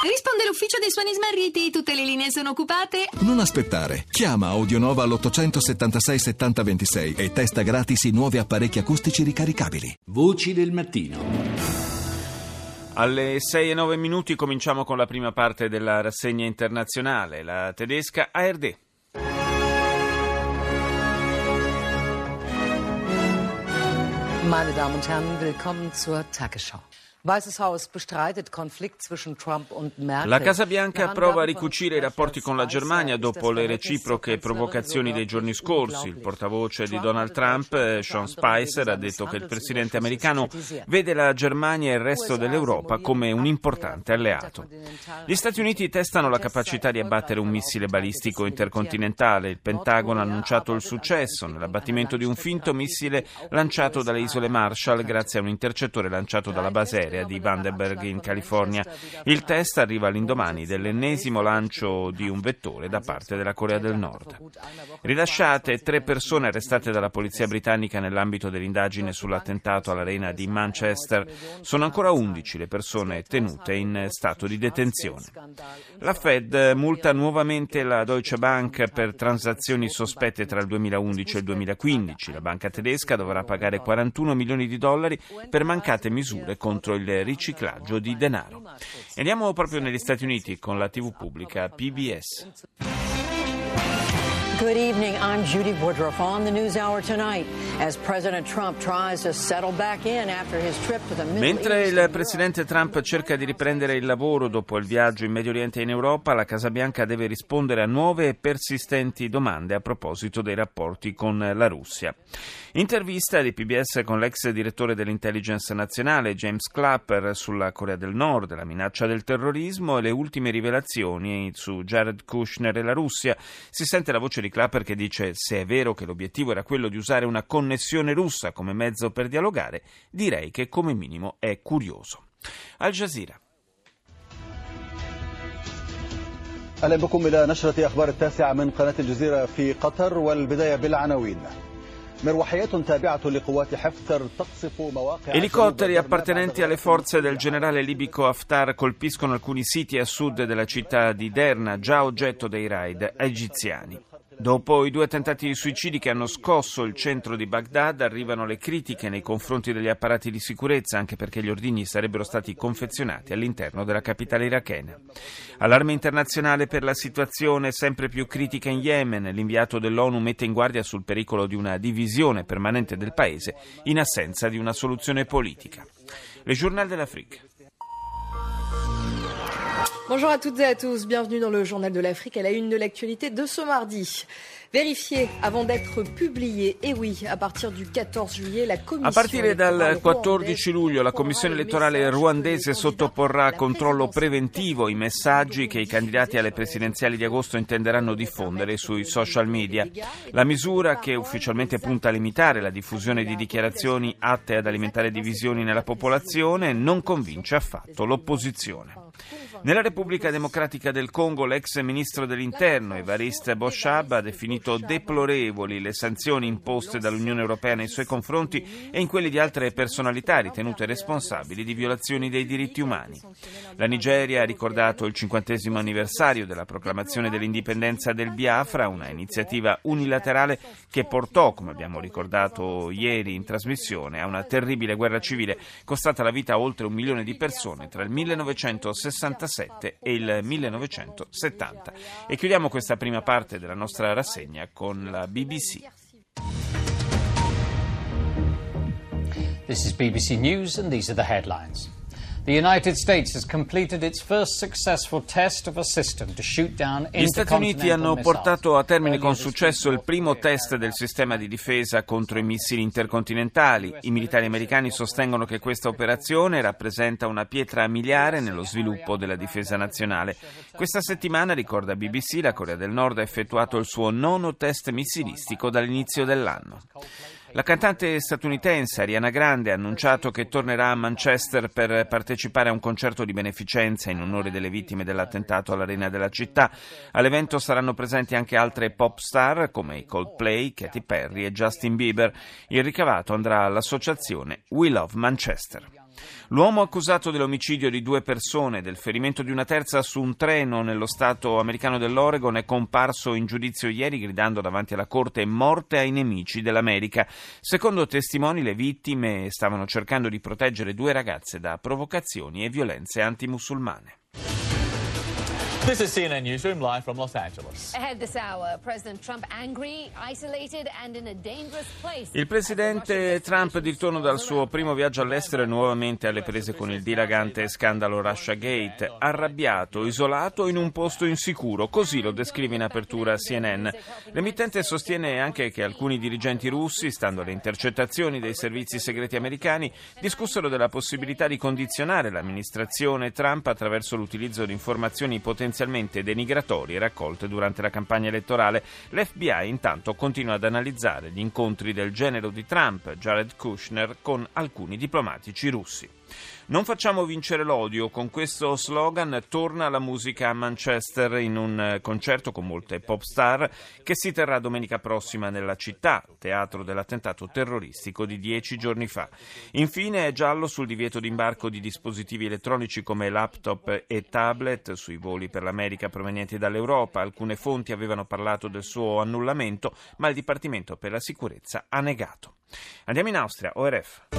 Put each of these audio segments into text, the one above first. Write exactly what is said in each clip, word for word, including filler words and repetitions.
Risponde l'ufficio dei suoni smarriti, tutte le linee sono occupate. Non aspettare, chiama Audionova all'ottocentosettantasei settanta ventisei e testa gratis i nuovi apparecchi acustici ricaricabili. Voci del mattino. Alle sei e nove minuti cominciamo con la prima parte della rassegna internazionale, la tedesca A R D. Meine Damen und Herren, willkommen zur Tagesschau. Weißes Haus bestreitet Konflikt zwischen Trump und Merkel. La Casa Bianca prova a ricucire i rapporti con la Germania dopo le reciproche provocazioni dei giorni scorsi. Il portavoce di Donald Trump, Sean Spicer, ha detto che il presidente americano vede la Germania e il resto dell'Europa come un importante alleato. Gli Stati Uniti testano la capacità di abbattere un missile balistico intercontinentale. Il Pentagono ha annunciato il successo nell'abbattimento di un finto missile lanciato dalle isole Marshall grazie a un intercettore lanciato dalla base aerea di Vandenberg in California. Il test arriva all'indomani dell'ennesimo lancio di un vettore da parte della Corea del Nord. Rilasciate tre persone arrestate dalla polizia britannica nell'ambito dell'indagine sull'attentato all'arena di Manchester. Sono ancora undici le persone tenute in stato di detenzione. La Fed multa nuovamente la Deutsche Bank per transazioni sospette tra il duemilaundici e il duemilaquindici. La banca tedesca dovrà pagare quarantuno milioni di dollari per mancate misure contro il riciclaggio di denaro. E andiamo proprio negli Stati Uniti con la tivù pubblica P B S. Good evening, I'm Judy Woodruff on the News Hour tonight as President Trump tries to settle back in after his trip to the Middle East. Mentre il presidente Trump cerca di riprendere il lavoro dopo il viaggio in Medio Oriente e in Europa, la Casa Bianca deve rispondere a nuove e persistenti domande a proposito dei rapporti con la Russia. Intervista di P B S con l'ex direttore dell'intelligence nazionale James Clapper sulla Corea del Nord, la minaccia del terrorismo e le ultime rivelazioni su Jared Kushner e la Russia. Si sente la voce di Clapper che dice: se è vero che l'obiettivo era quello di usare una connessione russa come mezzo per dialogare, direi che come minimo è curioso. Al Jazeera. أهلا بكم إلى نشرة أخبار التاسعة من قناة الجزيرة في قطر والبداية بالعناوين. Elicotteri appartenenti alle forze del generale libico Haftar colpiscono alcuni siti a sud della città di Derna, già oggetto dei raid egiziani. Dopo i due tentativi suicidi che hanno scosso il centro di Baghdad, arrivano le critiche nei confronti degli apparati di sicurezza, anche perché gli ordigni sarebbero stati confezionati all'interno della capitale irachena. Allarme internazionale per la situazione sempre più critica in Yemen. L'inviato dell'ONU mette in guardia sul pericolo di una divisione permanente del paese in assenza di una soluzione politica. Le Journal de l'Afrique. Bonjour à toutes et à tous, bienvenue dans le Journal de l'Afrique à la une de l'actualité de ce mardi. Vérifié avant d'être publié, e oui, a partir du quattordici juillet la commissione. A partire dal quattordici luglio la commissione elettorale ruandese sottoporrà a controllo preventivo i messaggi che i candidati alle presidenziali di agosto intenderanno diffondere sui social media. La misura, che ufficialmente punta a limitare la diffusione di dichiarazioni atte ad alimentare divisioni nella popolazione, non convince affatto l'opposizione. Nella Repubblica Democratica del Congo l'ex ministro dell'Interno Evariste Boshab ha definito deplorevoli le sanzioni imposte dall'Unione Europea nei suoi confronti e in quelli di altre personalità ritenute responsabili di violazioni dei diritti umani. La Nigeria ha ricordato il cinquantesimo anniversario della proclamazione dell'indipendenza del Biafra, una iniziativa unilaterale che portò, come abbiamo ricordato ieri in trasmissione, a una terribile guerra civile costata la vita a oltre un milione di persone tra il millenovecentosessantasette e il millenovecentosettanta. E chiudiamo questa prima parte della nostra rassegna con la B B C. This is B B C News and these are the headlines. The United States has completed its first successful test of a system to shoot down Gli Stati Uniti hanno portato a termine con successo il primo test del sistema di difesa contro i missili intercontinentali. I militari americani sostengono che questa operazione rappresenta una pietra miliare nello sviluppo della difesa nazionale. Questa settimana, ricorda B B C, la Corea del Nord ha effettuato il suo nono test missilistico dall'inizio dell'anno. La cantante statunitense Ariana Grande ha annunciato che tornerà a Manchester per partecipare a un concerto di beneficenza in onore delle vittime dell'attentato all'arena della città. All'evento saranno presenti anche altre pop star come i Coldplay, Katy Perry e Justin Bieber. Il ricavato andrà all'associazione We Love Manchester. L'uomo accusato dell'omicidio di due persone e del ferimento di una terza su un treno nello stato americano dell'Oregon è comparso in giudizio ieri gridando davanti alla corte "morte ai nemici dell'America". Secondo testimoni, le vittime stavano cercando di proteggere due ragazze da provocazioni e violenze antimusulmane. This is C N N Newsroom live from Los Angeles. Ahead this hour, President Trump angry, isolated and in a dangerous place. Il presidente Trump, di ritorno dal suo primo viaggio all'estero, è nuovamente alle prese con il dilagante scandalo Russiagate. Arrabbiato, isolato in un posto insicuro, così lo descrive in apertura C N N. L'emittente sostiene anche che alcuni dirigenti russi, stando alle intercettazioni dei servizi segreti americani, discussero della possibilità di condizionare l'amministrazione Trump attraverso l'utilizzo di informazioni potenzialmente denigratorie raccolte durante la campagna elettorale. L'F B I intanto continua ad analizzare gli incontri del genero di Trump, Jared Kushner, con alcuni diplomatici russi. Non facciamo vincere l'odio, con questo slogan torna la musica a Manchester in un concerto con molte pop star che si terrà domenica prossima nella città, teatro dell'attentato terroristico di dieci giorni fa. Infine è giallo sul divieto di imbarco di dispositivi elettronici come laptop e tablet sui voli per l'America provenienti dall'Europa. Alcune fonti avevano parlato del suo annullamento, ma il Dipartimento per la Sicurezza ha negato. Andiamo in Austria, O R F.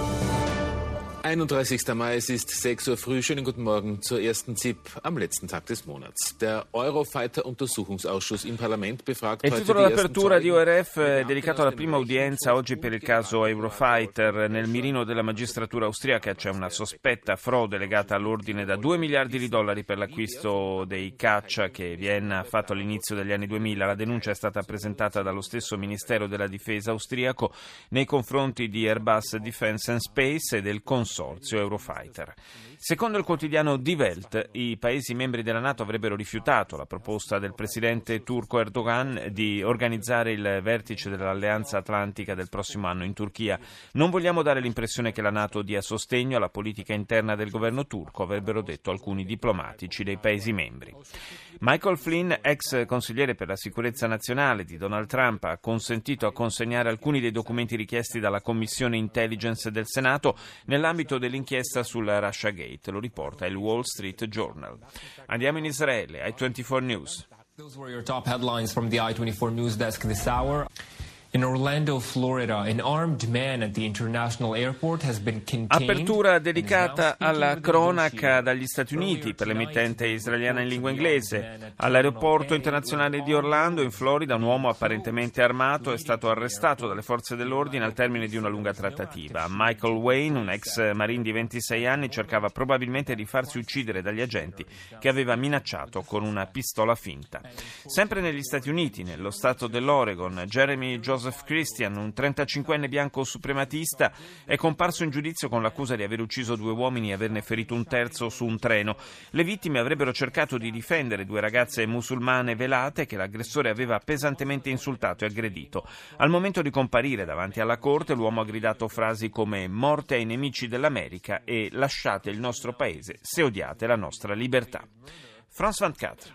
einunddreißigster Mai, es ist sechs Uhr früh. Schönen guten Morgen zur ersten Z I P am letzten Tag des Monats. Der Eurofighter-Untersuchungsausschuss im Parlament befragt Il heute titolo die d'apertura ersten di O R F è dedicato alla prima udienza oggi per il caso Eurofighter. Nel mirino della magistratura austriaca c'è una sospetta frode legata all'ordine da due miliardi di dollari per l'acquisto dei caccia che Vienna ha fatto all'inizio degli anni duemila. La denuncia è stata presentata dallo stesso Ministero della Difesa austriaco nei confronti di Airbus Defence and Space e del consorzio Eurofighter. Secondo il quotidiano Die Welt, i paesi membri della NATO avrebbero rifiutato la proposta del presidente turco Erdogan di organizzare il vertice dell'Alleanza Atlantica del prossimo anno in Turchia. Non vogliamo dare l'impressione che la NATO dia sostegno alla politica interna del governo turco, avrebbero detto alcuni diplomatici dei paesi membri. Michael Flynn, ex consigliere per la sicurezza nazionale di Donald Trump, ha consentito a consegnare alcuni dei documenti richiesti dalla Commissione Intelligence del Senato nell'ambito dell'inchiesta sul Russiagate. Lo riporta il Wall Street Journal. Andiamo in Israele, I ventiquattro News. Those were your top headlines from the I twenty-four News Desk this hour. In Orlando, Florida, an armed man at the international airport has been contained. Apertura dedicata alla cronaca dagli Stati Uniti per l'emittente israeliana in lingua inglese. All'aeroporto internazionale di Orlando, in Florida, un uomo apparentemente armato è stato arrestato dalle forze dell'ordine al termine di una lunga trattativa. Michael Wayne, un ex marine di ventisei anni, cercava probabilmente di farsi uccidere dagli agenti che aveva minacciato con una pistola finta. Sempre negli Stati Uniti, nello stato dell'Oregon, Jeremy Joseph Joseph Christian, un trentacinquenne bianco suprematista, è comparso in giudizio con l'accusa di aver ucciso due uomini e averne ferito un terzo su un treno. Le vittime avrebbero cercato di difendere due ragazze musulmane velate che l'aggressore aveva pesantemente insultato e aggredito. Al momento di comparire davanti alla corte, l'uomo ha gridato frasi come "morte ai nemici dell'America" e "lasciate il nostro paese se odiate la nostra libertà". France ventiquattro.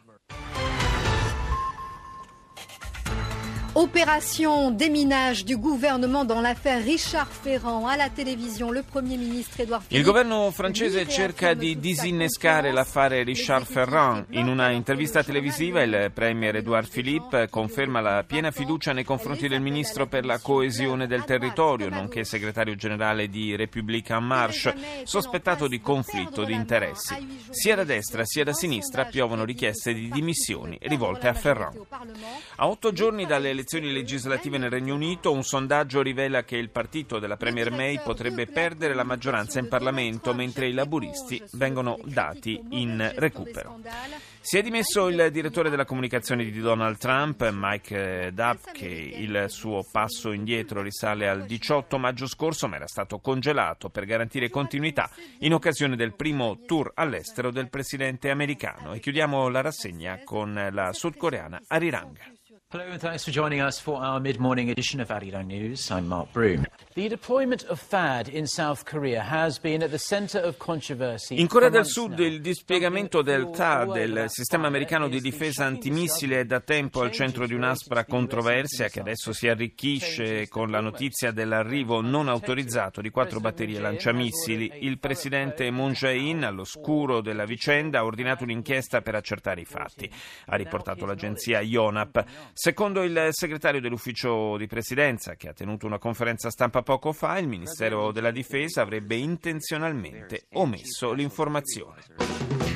Opération déminage du gouvernement dans l'affaire Richard Ferrand. À la télévision, le Premier ministre Édouard Philippe. Il governo francese cerca di disinnescare l'affare Richard Ferrand. In una intervista televisiva il Premier Édouard Philippe conferma la piena fiducia nei confronti del ministro per la coesione del territorio, nonché segretario generale di République en Marche, sospettato di conflitto di interessi. Sia da destra sia da sinistra piovono richieste di dimissioni rivolte a Ferrand. A otto giorni dalle elezioni legislative nel Regno Unito, un sondaggio rivela che il partito della Premier May potrebbe perdere la maggioranza in Parlamento, mentre i laburisti vengono dati in recupero. Si è dimesso il direttore della comunicazione di Donald Trump, Mike Dubke. Il suo passo indietro risale al diciotto maggio scorso, ma era stato congelato per garantire continuità in occasione del primo tour all'estero del presidente americano. E chiudiamo la rassegna con la sudcoreana Arirang. Hello and thanks for joining us for our mid-morning edition of Arirang News. I'm Mark Broom. The deployment of THAAD in South Korea has been at the center of controversy. In Corea del Sud il dispiegamento del THAAD, del sistema americano di difesa antimissile, è da tempo al centro di un'aspra controversia che adesso si arricchisce con la notizia dell'arrivo non autorizzato di quattro batterie lanciamissili. Il presidente Moon Jae-in, all'oscuro della vicenda, ha ordinato un'inchiesta per accertare i fatti, ha riportato l'agenzia Yonhap. Secondo il segretario dell'ufficio di presidenza, che ha tenuto una conferenza stampa poco fa, il Ministero della Difesa avrebbe intenzionalmente omesso l'informazione.